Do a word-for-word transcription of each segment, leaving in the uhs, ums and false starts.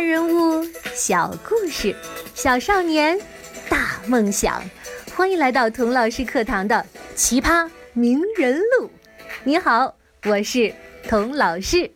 人物，小故事，小少年，大梦想。欢迎来到童老师课堂的奇葩名人录。你好，我是童老师。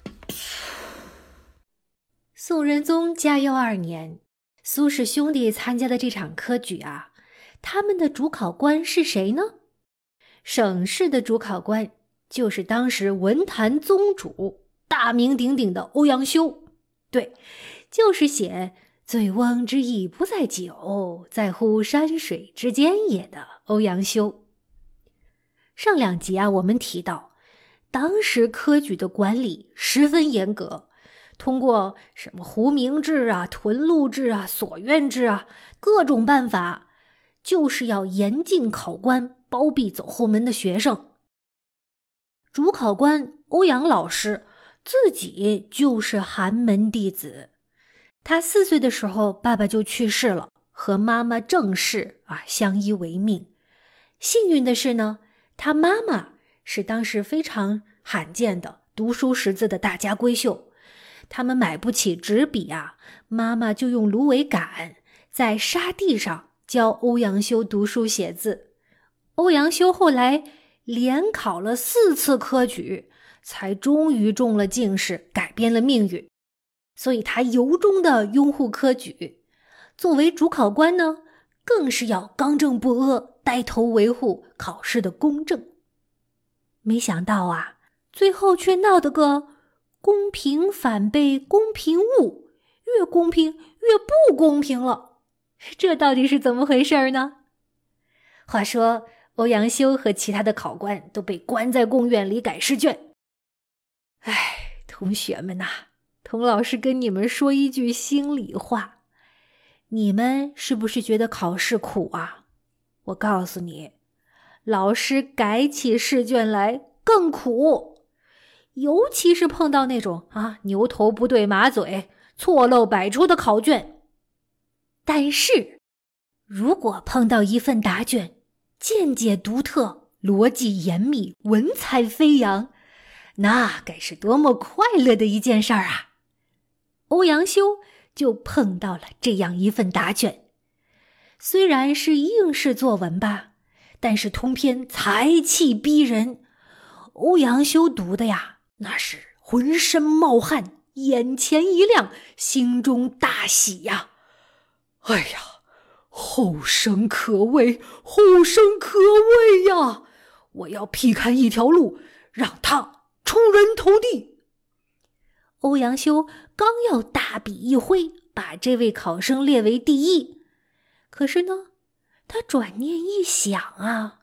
宋仁宗嘉佑二年，苏氏兄弟参加的这场科举啊，他们的主考官是谁呢？省试的主考官就是当时文坛宗主、大名鼎鼎的欧阳修。对，就是写醉翁之意不在酒，在乎山水之间也的欧阳修。上两集啊，我们提到当时科举的管理十分严格，通过什么胡名制啊、屯录制啊、所愿制啊，各种办法，就是要严禁考官包庇走后门的学生。主考官欧阳老师自己就是寒门弟子，他四岁的时候爸爸就去世了，和妈妈郑氏啊相依为命。幸运的是呢，他妈妈是当时非常罕见的读书识字的大家闺秀，他们买不起纸笔啊，妈妈就用芦苇杆在沙地上教欧阳修读书写字。欧阳修后来连考了四次科举，才终于中了进士，改变了命运。所以他由衷的拥护科举，作为主考官呢，更是要刚正不阿，带头维护考试的公正。没想到啊，最后却闹得个公平反被公平误，越公平越不公平了。这到底是怎么回事呢？话说欧阳修和其他的考官都被关在贡院里改试卷。哎，同学们呐，童老师跟你们说一句心里话，你们是不是觉得考试苦啊？我告诉你，老师改起试卷来更苦，尤其是碰到那种啊牛头不对马嘴、错漏百出的考卷。但是如果碰到一份答卷，见解独特，逻辑严密，文采飞扬，那该是多么快乐的一件事儿啊！欧阳修就碰到了这样一份答卷，虽然是应试作文吧，但是通篇才气逼人。欧阳修读的呀，那是浑身冒汗，眼前一亮，心中大喜呀！哎呀，后生可畏，后生可畏呀！我要劈开一条路，让他出人头地。欧阳修刚要大笔一挥，把这位考生列为第一，可是呢，他转念一想啊，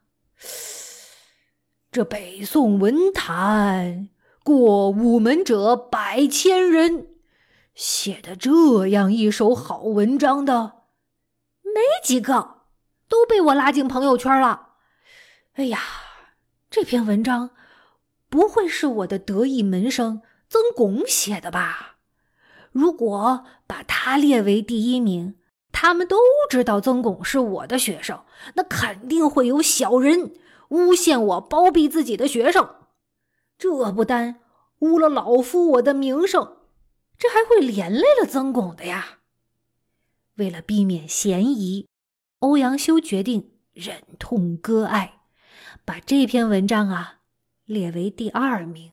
这北宋文坛过午门者百千人，写的这样一首好文章的没几个，都被我拉进朋友圈了。哎呀，这篇文章不会是我的得意门生曾巩写的吧？如果把他列为第一名，他们都知道曾巩是我的学生，那肯定会有小人诬陷我包庇自己的学生。这不单污了老夫我的名声，这还会连累了曾巩的呀。为了避免嫌疑，欧阳修决定忍痛割爱，把这篇文章啊列为第二名。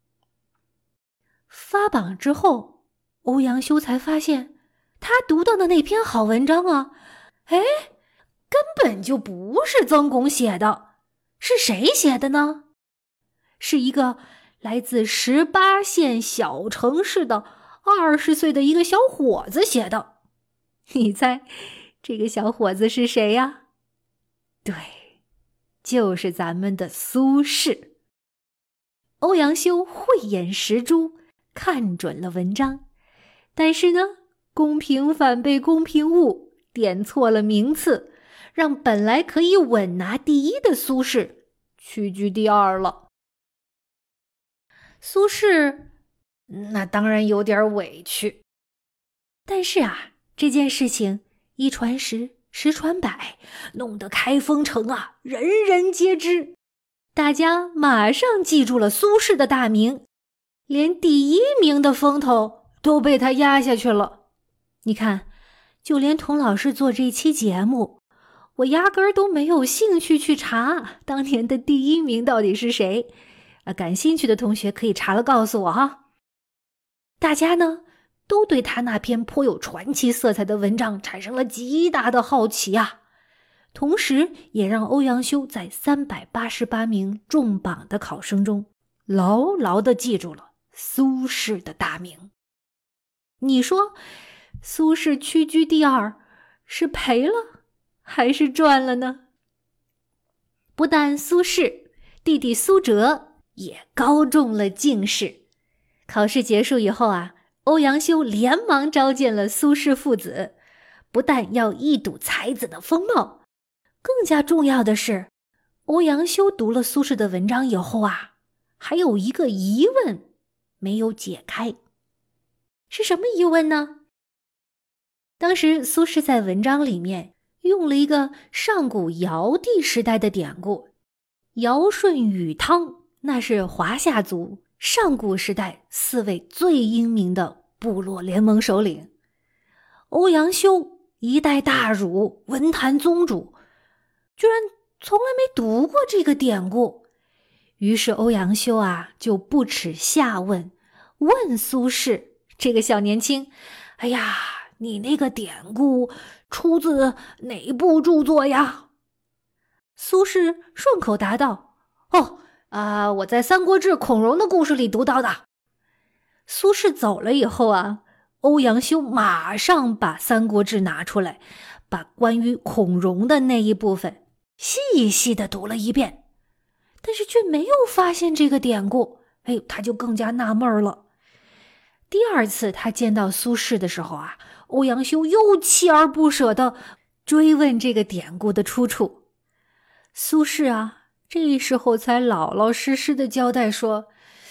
发榜之后，欧阳修才发现他读到的那篇好文章啊，哎，根本就不是曾巩写的，是谁写的呢？是一个来自十八线小城市的二十岁的一个小伙子写的。你猜这个小伙子是谁呀？对，就是咱们的苏轼。欧阳修慧眼识珠，看准了文章，但是呢，公平反被公平误，点错了名次，让本来可以稳拿第一的苏轼屈居第二了。苏轼那当然有点委屈，但是啊，这件事情一传十，十传百，弄得开封城啊人人皆知，大家马上记住了苏轼的大名，连第一名的风头都被他压下去了。你看，就连童老师做这期节目，我压根儿都没有兴趣去查当年的第一名到底是谁。啊，感兴趣的同学可以查了告诉我哈。大家呢，都对他那篇颇有传奇色彩的文章产生了极大的好奇啊，同时也让欧阳修在三百八十八名中榜的考生中牢牢地记住了苏轼的大名。你说苏轼屈居第二，是赔了还是赚了呢？不但苏轼，弟弟苏辙也高中了进士。考试结束以后啊，欧阳修连忙召见了苏轼父子，不但要一睹才子的风貌，更加重要的是，欧阳修读了苏轼的文章以后啊，还有一个疑问没有解开。是什么疑问呢？当时苏轼在文章里面用了一个上古尧帝时代的典故，尧舜禹汤，那是华夏族上古时代四位最英明的部落联盟首领。欧阳修一代大儒，文坛宗主，居然从来没读过这个典故。于是欧阳修啊，就不耻下问，问苏轼这个小年轻，哎呀，你那个典故出自哪部著作呀？苏轼顺口答道，哦，啊、呃，我在《三国志》孔融的故事里读到的。苏轼走了以后啊，欧阳修马上把《三国志》拿出来，把关于孔融的那一部分细细地读了一遍，但是却没有发现这个典故。哎呦，他就更加纳闷了。第二次他见到苏轼的时候啊，欧阳修又锲而不舍地追问这个典故的出处。苏轼啊，这时候才老老实实地交代说，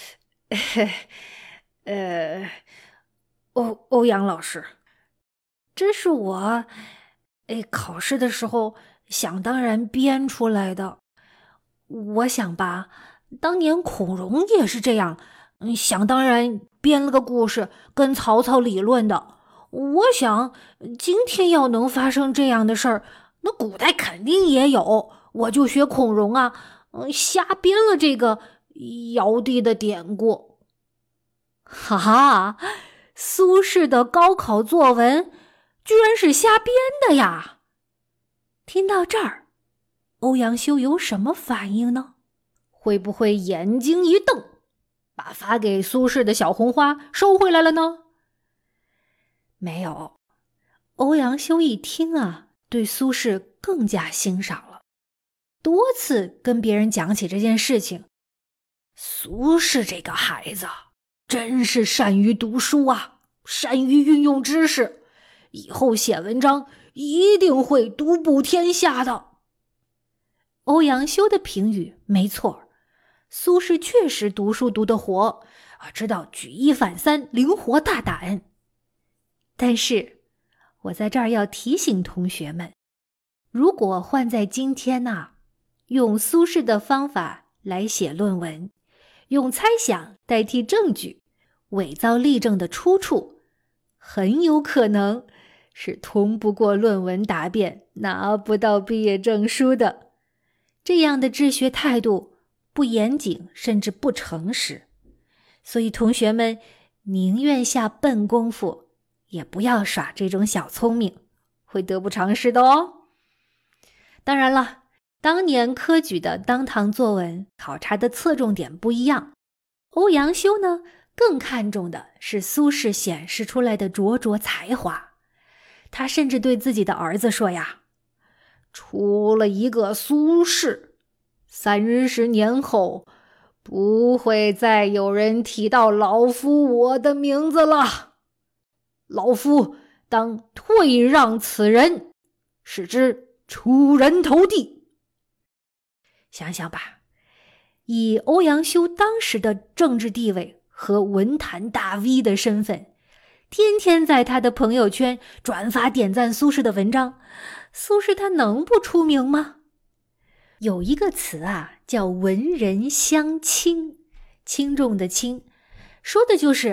呃，欧欧阳老师，这是我哎考试的时候想当然编出来的。我想吧，当年孔融也是这样，想当然编了个故事跟曹操理论的。我想今天要能发生这样的事儿，那古代肯定也有，我就学孔融啊，瞎编了这个尧帝的典故。哈哈，苏轼的高考作文居然是瞎编的呀！听到这儿，欧阳修有什么反应呢？会不会眼睛一瞪，把发给苏轼的小红花收回来了呢？没有，欧阳修一听啊，对苏轼更加欣赏了，多次跟别人讲起这件事情。苏轼这个孩子真是善于读书啊，善于运用知识，以后写文章一定会独步天下的。欧阳修的评语没错，苏轼确实读书读得活啊，知道举一反三，灵活大胆。但是我在这儿要提醒同学们，如果换在今天啊，用苏轼的方法来写论文，用猜想代替证据，伪造例证的出处，很有可能是通不过论文答辩，拿不到毕业证书的。这样的治学态度不严谨，甚至不诚实。所以同学们宁愿下笨功夫，也不要耍这种小聪明，会得不偿失的哦。当然了，当年科举的当堂作文考察的侧重点不一样，欧阳修呢，更看重的是苏轼显示出来的灼灼才华。他甚至对自己的儿子说呀，出了一个苏轼，三十年后不会再有人提到老夫我的名字了，老夫当退让此人，使之出人头地。想想吧，以欧阳修当时的政治地位和文坛大 V 的身份，天天在他的朋友圈转发点赞苏轼的文章，苏轼他能不出名吗？有一个词啊，叫文人相轻，轻重的轻，说的就是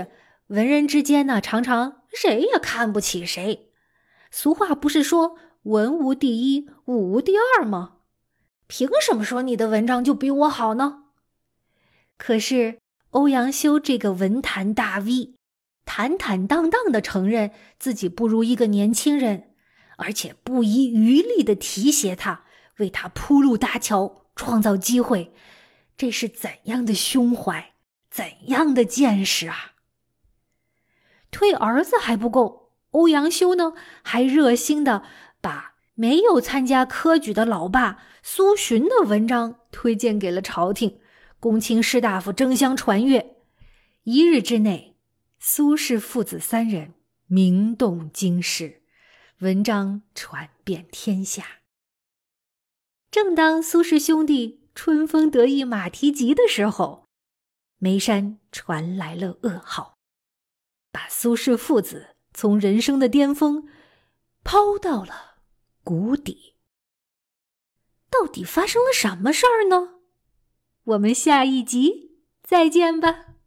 文人之间呢，常常谁也看不起谁。俗话不是说文无第一，武无第二吗？凭什么说你的文章就比我好呢？可是欧阳修这个文坛大 V， 坦坦荡荡地承认自己不如一个年轻人，而且不遗余力地提携他，为他铺路搭桥，创造机会，这是怎样的胸怀，怎样的见识啊！推儿子还不够，欧阳修呢，还热心地把没有参加科举的老爸苏洵的文章推荐给了朝廷，公卿士大夫争相传阅。一日之内，苏氏父子三人名动京师，文章传遍天下。正当苏氏兄弟春风得意马蹄疾的时候，眉山传来了噩耗，把苏氏父子从人生的巅峰抛到了谷底。到底发生了什么事儿呢？我们下一集再见吧。